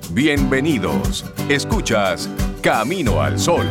Bienvenidos. Escuchas Camino al Sol.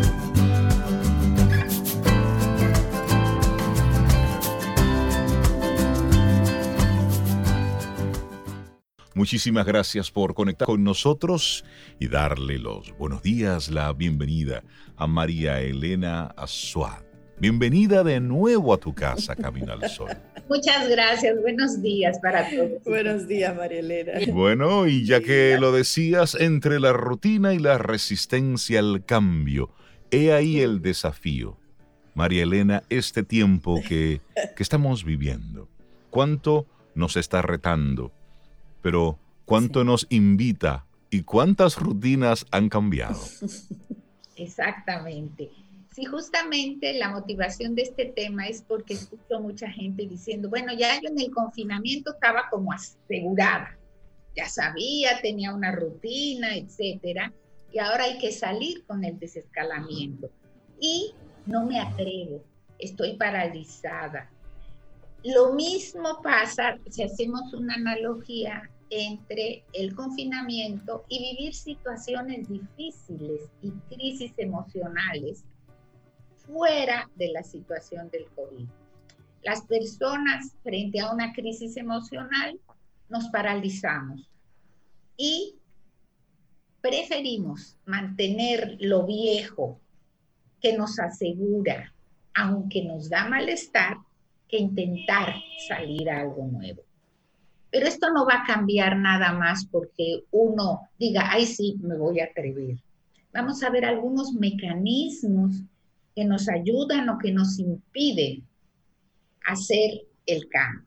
Muchísimas gracias por conectar con nosotros y darle los buenos días, la bienvenida a María Elena Azuad. Bienvenida de nuevo a tu casa, Camino al Sol. Muchas gracias, buenos días para todos. Buenos días, María Elena. Bueno, y ya que lo decías, entre la rutina y la resistencia al cambio, he ahí el desafío. María Elena, este tiempo que estamos viviendo, ¿cuánto nos está retando? Pero ¿cuánto nos invita y cuántas rutinas han cambiado? Exactamente. Sí, justamente la motivación de este tema es porque escucho mucha gente diciendo, bueno, ya yo en el confinamiento estaba como asegurada, ya sabía, tenía una rutina, etcétera, y ahora hay que salir con el desescalamiento. Y no me atrevo, estoy paralizada. Lo mismo pasa si hacemos una analogía entre el confinamiento y vivir situaciones difíciles y crisis emocionales fuera de la situación del COVID. Las personas frente a una crisis emocional nos paralizamos y preferimos mantener lo viejo que nos asegura, aunque nos da malestar, que intentar salir a algo nuevo. Pero esto no va a cambiar nada más porque uno diga, ay sí, me voy a atrever. Vamos a ver algunos mecanismos que nos ayudan o que nos impiden hacer el cambio.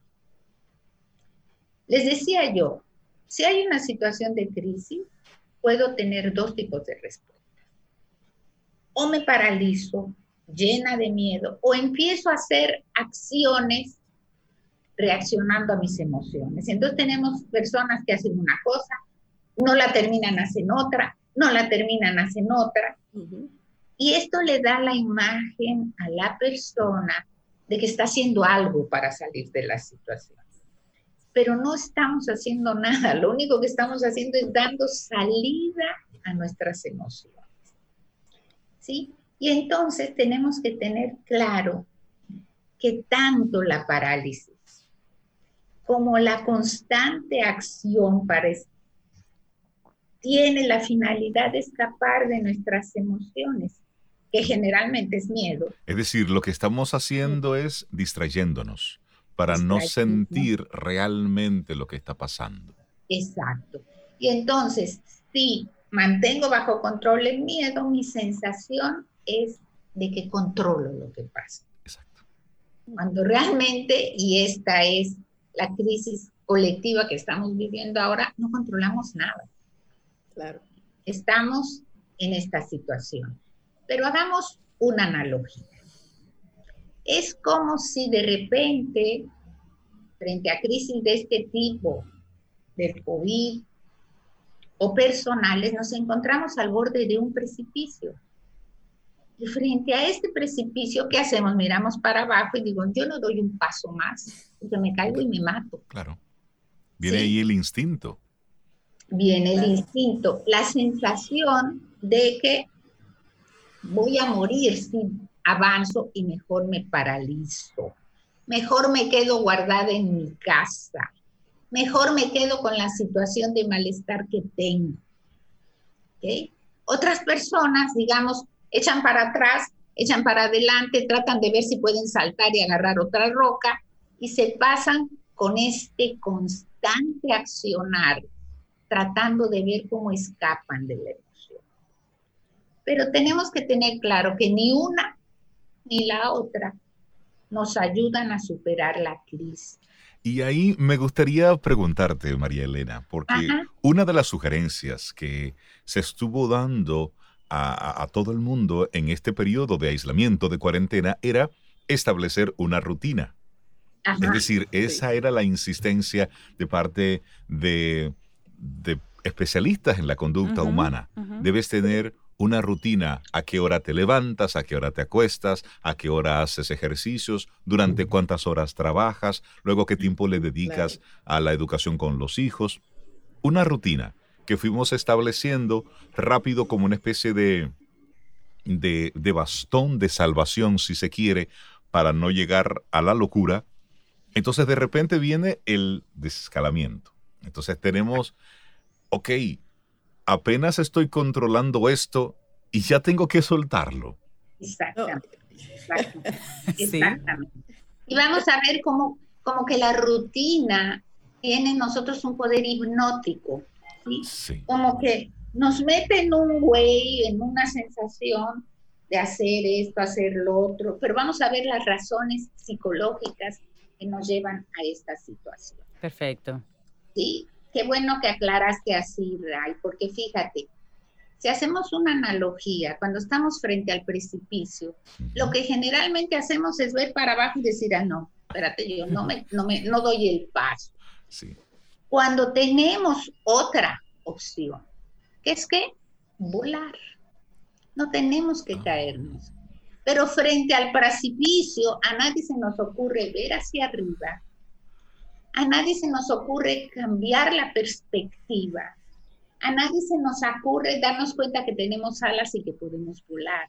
Les decía yo, si hay una situación de crisis, puedo tener dos tipos de respuestas. O me paralizo, llena de miedo, o empiezo a hacer acciones reaccionando a mis emociones. Entonces tenemos personas que hacen una cosa, no la terminan, hacen otra, no la terminan, hacen otra. Uh-huh. Y esto le da la imagen a la persona de que está haciendo algo para salir de la situación. Pero no estamos haciendo nada, lo único que estamos haciendo es dando salida a nuestras emociones. ¿Sí? Y entonces tenemos que tener claro que tanto la parálisis como la constante acción tiene la finalidad de escapar de nuestras emociones, que generalmente es miedo. Es decir, lo que estamos haciendo es distrayéndonos para no sentir realmente lo que está pasando. Exacto. Y entonces, si mantengo bajo control el miedo, mi sensación es de que controlo lo que pasa. Exacto. Cuando realmente, y esta es la crisis colectiva que estamos viviendo ahora, no controlamos nada. Claro. Estamos en esta situación. Pero hagamos una analogía. Es como si de repente, frente a crisis de este tipo, del COVID o personales, nos encontramos al borde de un precipicio. Y frente a este precipicio, ¿qué hacemos? Miramos para abajo y digo, yo no doy un paso más, porque me caigo y me mato. Claro. Viene ¿sí? ahí el instinto. Viene el instinto, la sensación de que voy a morir si avanzo y mejor me paralizo. Mejor me quedo guardada en mi casa. Mejor me quedo con la situación de malestar que tengo. ¿Okay? Otras personas, digamos, echan para atrás, echan para adelante, tratan de ver si pueden saltar y agarrar otra roca y se pasan con este constante accionar, tratando de ver cómo escapan de la emoción. Pero tenemos que tener claro que ni una ni la otra nos ayudan a superar la crisis. Y ahí me gustaría preguntarte, María Elena, porque una de las sugerencias que se estuvo dando a todo el mundo en este periodo de aislamiento, de cuarentena, era establecer una rutina. Ajá. Es decir, esa era la insistencia de parte de especialistas en la conducta humana. Debes tener una rutina, a qué hora te levantas, a qué hora te acuestas, a qué hora haces ejercicios, durante cuántas horas trabajas, luego qué tiempo le dedicas a la educación con los hijos. Una rutina. que fuimos estableciendo rápido como una especie de bastón de salvación, si se quiere, para no llegar a la locura. Entonces de repente viene el desescalamiento. Entonces tenemos, ok, apenas estoy controlando esto y ya tengo que soltarlo. Exactamente. Sí. Exactamente. Y vamos a ver como que la rutina tiene en nosotros un poder hipnótico, ¿sí? Sí. Como que nos mete en un güey, en una sensación de hacer esto, hacer lo otro, pero vamos a ver las razones psicológicas que nos llevan a esta situación. Perfecto. Sí, qué bueno que aclaraste así, Ray, porque fíjate, si hacemos una analogía, cuando estamos frente al precipicio, lo que generalmente hacemos es ver para abajo y decir, ah, no, espérate, yo no doy el paso. Sí. Cuando tenemos otra opción, que es que volar, no tenemos que caernos. Pero frente al precipicio, a nadie se nos ocurre ver hacia arriba, a nadie se nos ocurre cambiar la perspectiva. A nadie se nos ocurre darnos cuenta que tenemos alas y que podemos volar.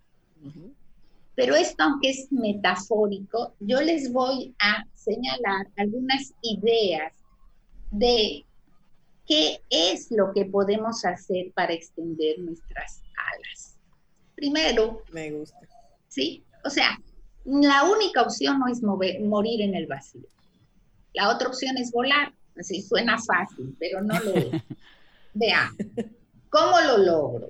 Pero esto, aunque es metafórico, yo les voy a señalar algunas ideas de qué es lo que podemos hacer para extender nuestras alas. Primero, Me gusta. ¿sí? O sea, la única opción no es morir en el vacío. La otra opción es volar. Así suena fácil, pero no lo es. Veamos, ¿cómo lo logro?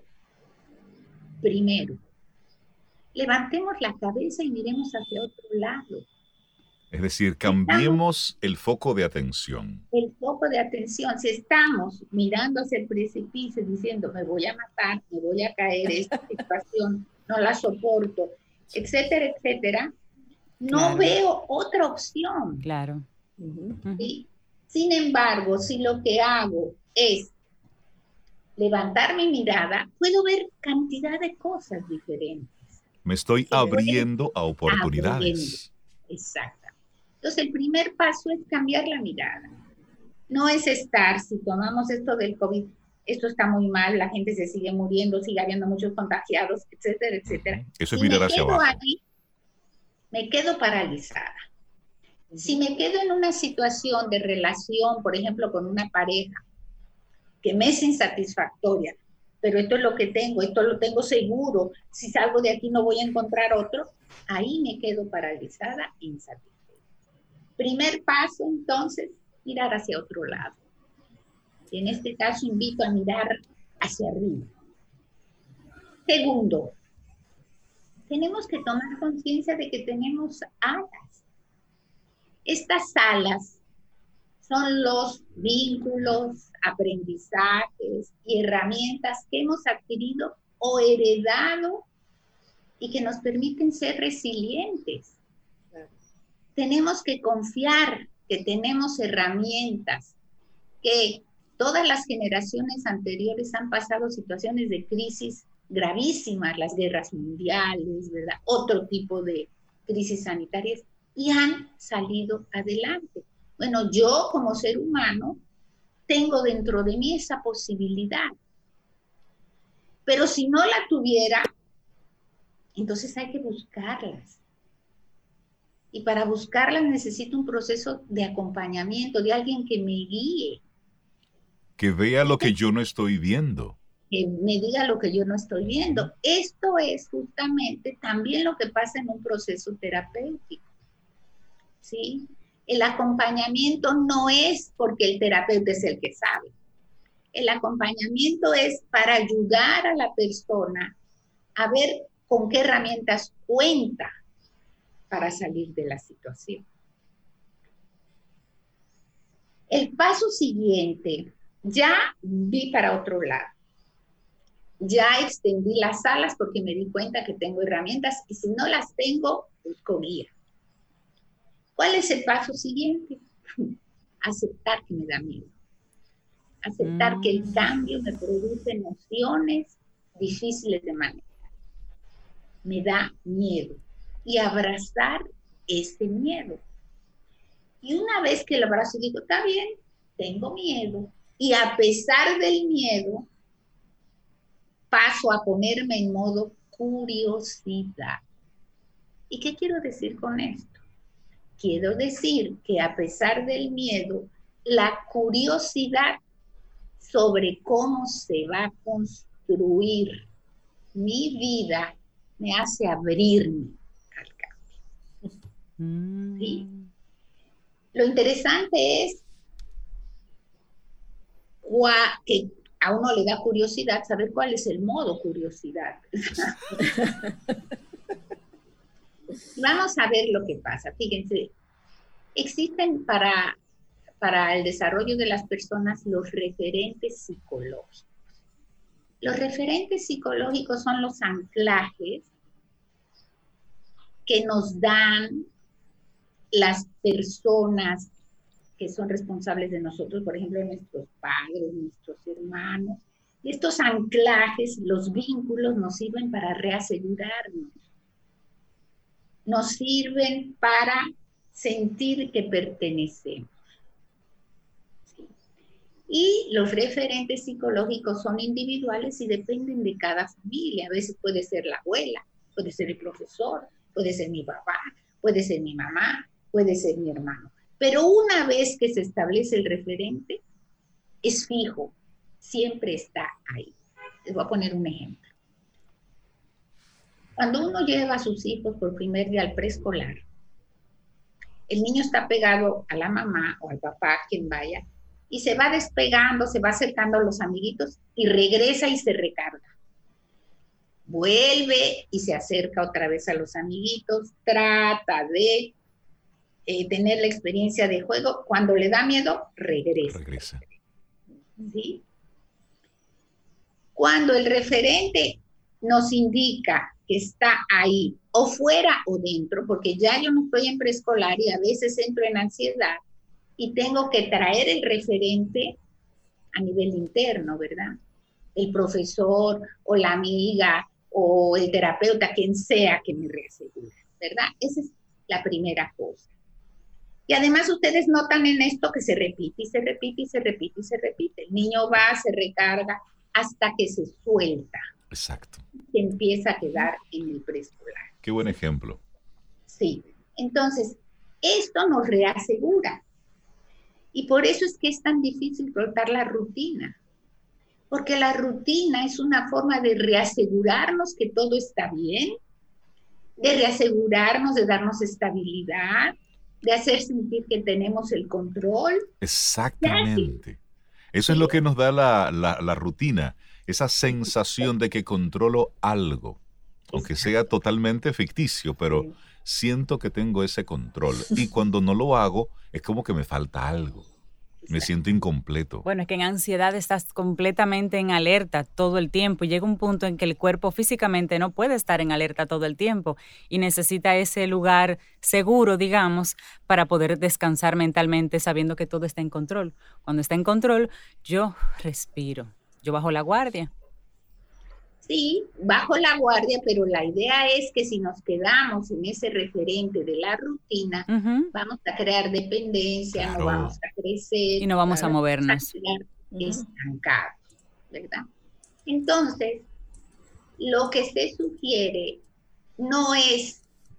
Primero, levantemos la cabeza y miremos hacia otro lado. Es decir, cambiemos el foco de atención. El foco de atención. Si estamos mirando hacia el precipicio diciendo, me voy a matar, me voy a caer, esta situación no la soporto, etcétera, etcétera, no veo otra opción. Claro. ¿Sí? Sin embargo, si lo que hago es levantar mi mirada, puedo ver cantidad de cosas diferentes. Me estoy abriendo a oportunidades. Exacto. Entonces, el primer paso es cambiar la mirada. No es estar, si tomamos esto del COVID, esto está muy mal, la gente se sigue muriendo, sigue habiendo muchos contagiados, etcétera, etcétera. Eso es mirar hacia abajo. Ahí, me quedo paralizada. Si me quedo en una situación de relación, por ejemplo, con una pareja, que me es insatisfactoria, pero esto es lo que tengo, esto lo tengo seguro, si salgo de aquí no voy a encontrar otro, ahí me quedo paralizada e insatisfecha. Primer paso, entonces, mirar hacia otro lado. Y en este caso invito a mirar hacia arriba. Segundo, tenemos que tomar conciencia de que tenemos alas. Estas alas son los vínculos, aprendizajes y herramientas que hemos adquirido o heredado y que nos permiten ser resilientes. Tenemos que confiar que tenemos herramientas, que todas las generaciones anteriores han pasado situaciones de crisis gravísimas, las guerras mundiales, ¿verdad? Otro tipo de crisis sanitarias, y han salido adelante. Bueno, yo como ser humano tengo dentro de mí esa posibilidad. Pero si no la tuviera, entonces hay que buscarlas. Y para buscarlas necesito un proceso de acompañamiento, de alguien que me guíe. Que vea lo que yo no estoy viendo. Que me diga lo que yo no estoy viendo. Esto es justamente también lo que pasa en un proceso terapéutico. ¿Sí? El acompañamiento no es porque el terapeuta es el que sabe. El acompañamiento es para ayudar a la persona a ver con qué herramientas cuenta para salir de la situación. El paso siguiente, ya vi para otro lado. Ya extendí las alas porque me di cuenta que tengo herramientas y si no las tengo, busco guía. ¿Cuál es el paso siguiente? Aceptar que me da miedo. Aceptar que el cambio me produce emociones difíciles de manejar. Me da miedo. Y abrazar ese miedo. Y una vez que lo abrazo y digo, está bien, tengo miedo, Y a pesar del miedo, paso a ponerme en modo curiosidad. ¿Y qué quiero decir con esto? Quiero decir que a pesar del miedo, la curiosidad sobre cómo se va a construir mi vida me hace abrirme al cambio. ¿Sí? Lo interesante es que a uno le da curiosidad saber cuál es el modo curiosidad. Vamos a ver lo que pasa. Fíjense, existen para el desarrollo de las personas los referentes psicológicos. Los referentes psicológicos son los anclajes que nos dan las personas que son responsables de nosotros, por ejemplo, nuestros padres, nuestros hermanos. Y estos anclajes, los vínculos, nos sirven para reasegurarnos. Nos sirven para sentir que pertenecemos. ¿Sí? Y los referentes psicológicos son individuales y dependen de cada familia. A veces puede ser la abuela, puede ser el profesor, puede ser mi papá, puede ser mi mamá, puede ser mi hermano. Pero una vez que se establece el referente, es fijo, siempre está ahí. Les voy a poner un ejemplo. Cuando uno lleva a sus hijos por primer día al preescolar, el niño está pegado a la mamá o al papá, quien vaya, y se va despegando, se va acercando a los amiguitos y regresa y se recarga. Vuelve y se acerca otra vez a los amiguitos, trata de tener la experiencia de juego. Cuando le da miedo, regresa. ¿Sí? Cuando el referente nos indica que está ahí, o fuera o dentro, porque ya yo no estoy en preescolar y a veces entro en ansiedad y tengo que traer el referente a nivel interno, ¿verdad? El profesor o la amiga o el terapeuta, quien sea que me reasegure, ¿verdad? Esa es la primera cosa. Y además ustedes notan en esto que se repite y se repite y se repite y se repite. El niño va, se recarga hasta que se suelta. Exacto. Se empieza a quedar en el preescolar. Qué buen ejemplo. Sí. Entonces, esto nos reasegura. Y por eso es que es tan difícil cortar la rutina. Porque la rutina es una forma de reasegurarnos que todo está bien, de reasegurarnos, de darnos estabilidad, de hacer sentir que tenemos el control. Exactamente. Eso es lo que nos da la rutina, esa sensación de que controlo algo, aunque sea totalmente ficticio, pero siento que tengo ese control. Y cuando no lo hago, es como que me falta algo. Me siento incompleto. Bueno, es que en ansiedad estás completamente en alerta todo el tiempo y llega un punto en que el cuerpo físicamente no puede estar en alerta todo el tiempo y necesita ese lugar seguro, digamos, para poder descansar mentalmente sabiendo que todo está en control. Cuando está en control, yo respiro, yo bajo la guardia. Sí, bajo la guardia, pero la idea es que si nos quedamos en ese referente de la rutina, vamos a crear dependencia, claro, no vamos a crecer. Y no vamos a movernos. Vamos a quedar estancados, ¿verdad? Entonces, lo que se sugiere no es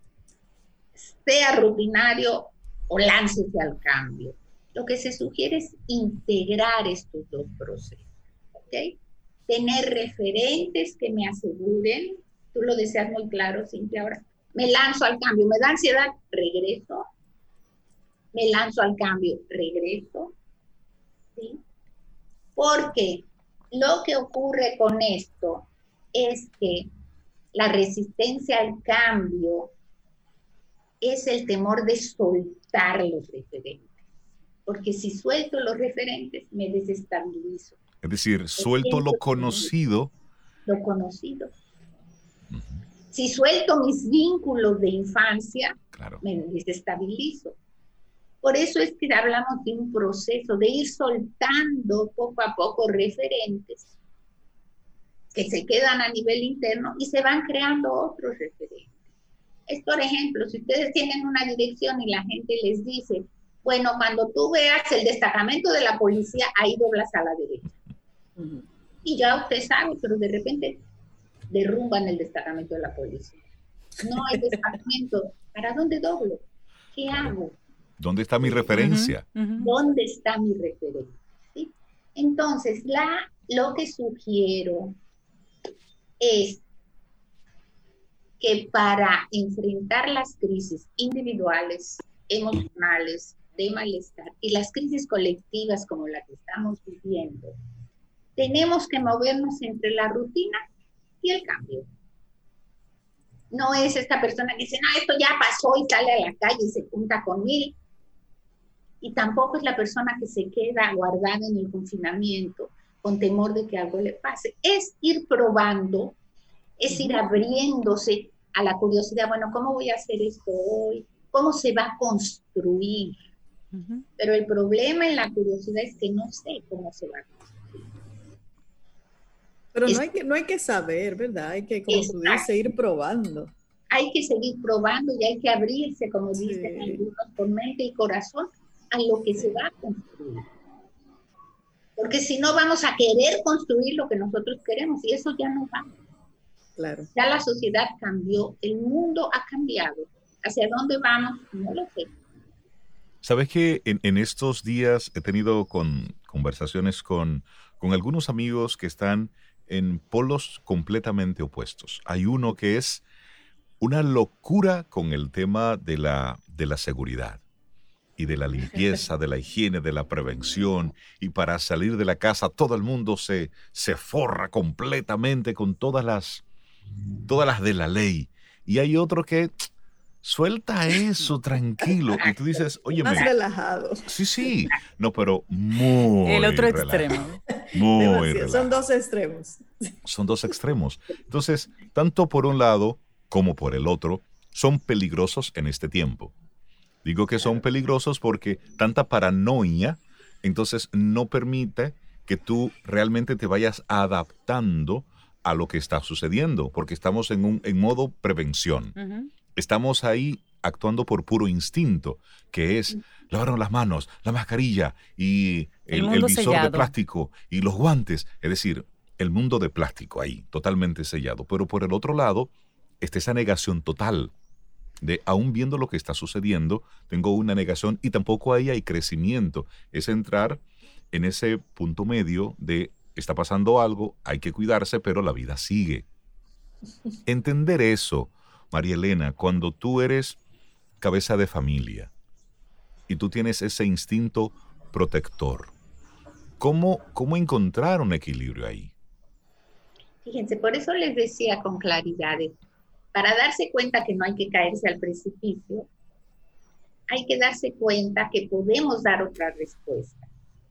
sea rutinario o láncese al cambio. Lo que se sugiere es integrar estos dos procesos, ¿ok? Tener referentes que me aseguren, tú lo deseas muy claro, Cintia, ahora, me lanzo al cambio, me da ansiedad, regreso, me lanzo al cambio, regreso, ¿sí? Porque lo que ocurre con esto es que la resistencia al cambio es el temor de soltar los referentes, porque si suelto los referentes me desestabilizo. Es decir, suelto lo conocido. Lo conocido. Si suelto mis vínculos de infancia, claro, me desestabilizo. Por eso es que hablamos de un proceso de ir soltando poco a poco referentes que se quedan a nivel interno y se van creando otros referentes. Es, por ejemplo, si ustedes tienen una dirección y la gente les dice, Bueno, cuando tú veas el destacamento de la policía, ahí doblas a la derecha. Y ya usted sabe, pero de repente derrumban el destacamento de la policía. No hay destacamento. ¿Para dónde doblo? ¿Qué hago? ¿Dónde está mi referencia? ¿Dónde está mi referencia? ¿Sí? Entonces, lo que sugiero es que para enfrentar las crisis individuales, emocionales, de malestar y las crisis colectivas como la que estamos viviendo, tenemos que movernos entre la rutina y el cambio. No es esta persona que dice, no, esto ya pasó y sale a la calle y se junta con 1000. Y tampoco es la persona que se queda guardada en el confinamiento con temor de que algo le pase. Es ir probando, es ir abriéndose a la curiosidad. Bueno, ¿cómo voy a hacer esto hoy? ¿Cómo se va a construir? Pero el problema en la curiosidad es que no sé cómo se va a construir. Pero no hay que saber, ¿verdad? Hay que, como tú dices, ir probando. Hay que seguir probando y hay que abrirse, como dicen algunos, con mente y corazón, a lo que se va a construir. Porque si no vamos a querer construir lo que nosotros queremos y eso ya no va. Claro. Ya la sociedad cambió, el mundo ha cambiado. ¿Hacia dónde vamos? No lo sé. Sabes que en estos días he tenido conversaciones con algunos amigos que están en polos completamente opuestos. Hay uno que es una locura con el tema de la seguridad y de la limpieza, de la higiene, de la prevención, y para salir de la casa todo el mundo se forra completamente con todas las de la ley. Y hay otro que suelta eso, tranquilo. Y tú dices, oye, más relajado. Sí. No, pero muy el otro relajado. extremo. Muy relajado. Son dos extremos. Son dos extremos. Entonces, tanto por un lado como por el otro, son peligrosos en este tiempo. Digo que son peligrosos porque tanta paranoia, entonces no permite que tú realmente te vayas adaptando a lo que está sucediendo, porque estamos en modo prevención. Estamos ahí actuando por puro instinto, que es lavarnos las manos, la mascarilla y el visor de plástico y los guantes. Es decir, el mundo de plástico ahí, totalmente sellado. Pero por el otro lado, está esa negación total de, aún viendo lo que está sucediendo, tengo una negación y tampoco ahí hay crecimiento. Es entrar en ese punto medio de, está pasando algo, hay que cuidarse, pero la vida sigue. Entender eso, María Elena, cuando tú eres cabeza de familia y tú tienes ese instinto protector, ¿cómo encontrar un equilibrio ahí? Fíjense, por eso les decía con claridad, para darse cuenta que no hay que caerse al precipicio, hay que darse cuenta que podemos dar otra respuesta.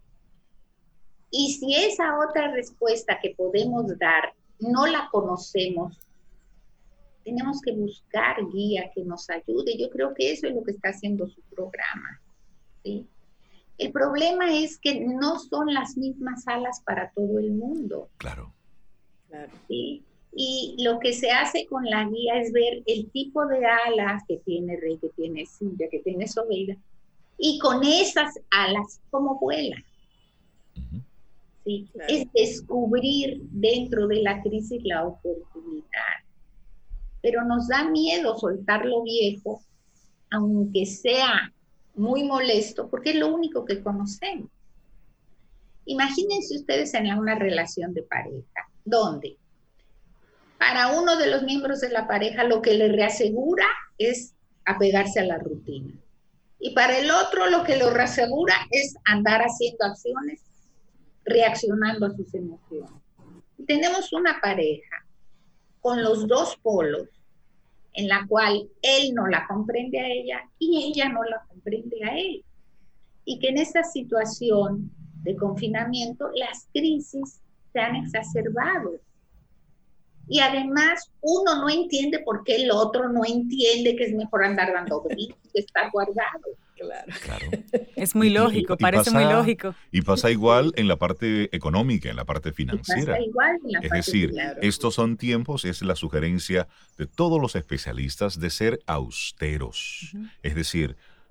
Y si esa otra respuesta que podemos dar no la conocemos, tenemos que buscar guía que nos ayude. Yo creo que eso es lo que está haciendo su programa, ¿sí? El problema es que no son las mismas alas para todo el mundo. Claro. ¿Sí? Y lo que se hace con la guía es ver el tipo de alas que tiene Rey, que tiene Silvia, que tiene Sobeida, y con esas alas, ¿cómo vuelan? ¿Sí? Claro. Es descubrir dentro de la crisis la oportunidad. Pero nos da miedo soltar lo viejo, aunque sea muy molesto, porque es lo único que conocemos. Imagínense ustedes en una relación de pareja, donde para uno de los miembros de la pareja lo que le reasegura es apegarse a la rutina. Y para el otro lo que lo reasegura es andar haciendo acciones, reaccionando a sus emociones. Y tenemos una pareja con los dos polos, en la cual él no la comprende a ella y ella no la comprende a él. Y que en esta situación de confinamiento las crisis se han exacerbado. Y además uno no entiende por qué el otro no entiende que es mejor andar dando gritos que estar guardado. Claro. Es muy lógico, parece muy lógico. Y pasa igual en la parte económica, en la parte financiera. Pasa igual en la parte decir, claro. Estos son tiempos, es la sugerencia de todos los especialistas de ser austeros. Es decir,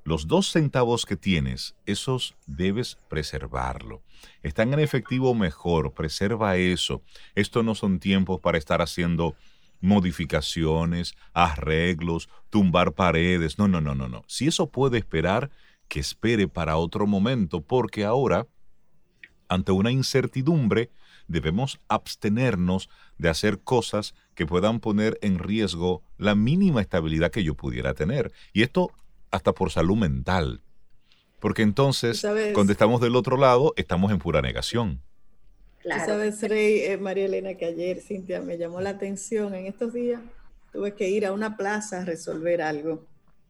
Los 2 centavos que tienes, esos debes preservarlo. Están en efectivo mejor, preserva eso. Esto no son tiempos para estar haciendo modificaciones, arreglos, tumbar paredes. No, no, no, no, no. Si eso puede esperar, que espere para otro momento, porque ahora, ante una incertidumbre, debemos abstenernos de hacer cosas que puedan poner en riesgo la mínima estabilidad que yo pudiera tener. Y esto hasta por salud mental. Porque entonces, cuando estamos del otro lado, estamos en pura negación. Claro. Tú sabes, Rey, María Elena, que ayer, Cintia, me llamó la atención. En estos días tuve que ir a una plaza a resolver algo.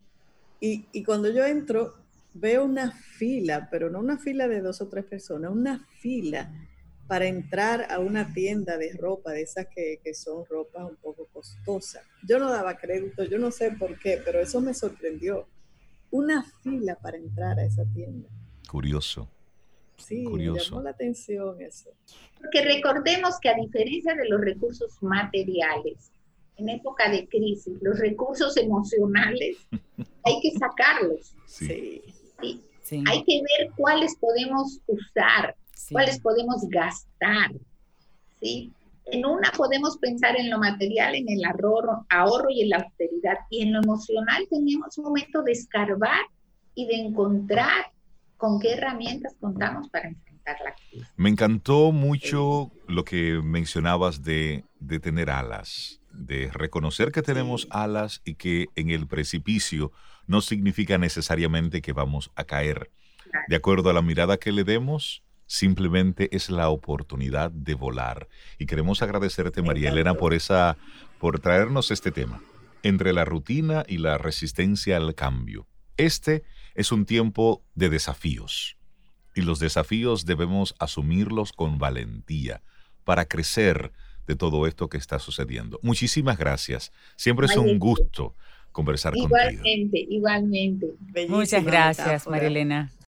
Y cuando yo entro, veo una fila, pero no una fila de 2 o 3 personas, una fila para entrar a una tienda de ropa, de esas que son ropas un poco costosas. Yo no daba crédito, yo no sé por qué, pero eso me sorprendió. Una fila para entrar a esa tienda. Curioso. Sí, curioso. Me llamó la atención eso. Porque recordemos que a diferencia de los recursos materiales, en época de crisis, los recursos emocionales hay que sacarlos. Sí. ¿Sí? Sí. Hay que ver cuáles podemos usar, cuáles podemos gastar. ¿Sí? En una podemos pensar en lo material, en el ahorro y en la austeridad. Y en lo emocional tenemos un momento de escarbar y de encontrar con qué herramientas contamos para enfrentar la crisis. Me encantó mucho lo que mencionabas de tener alas, de reconocer que tenemos alas y que en el precipicio no significa necesariamente que vamos a caer. De acuerdo a la mirada que le demos, simplemente es la oportunidad de volar. Y queremos agradecerte, María Elena, por traernos este tema, entre la rutina y la resistencia al cambio. Este es un tiempo de desafíos, y los desafíos debemos asumirlos con valentía para crecer de todo esto que está sucediendo. Muchísimas gracias. Siempre es un gusto conversar contigo. Igualmente. Muchas gracias, María Elena.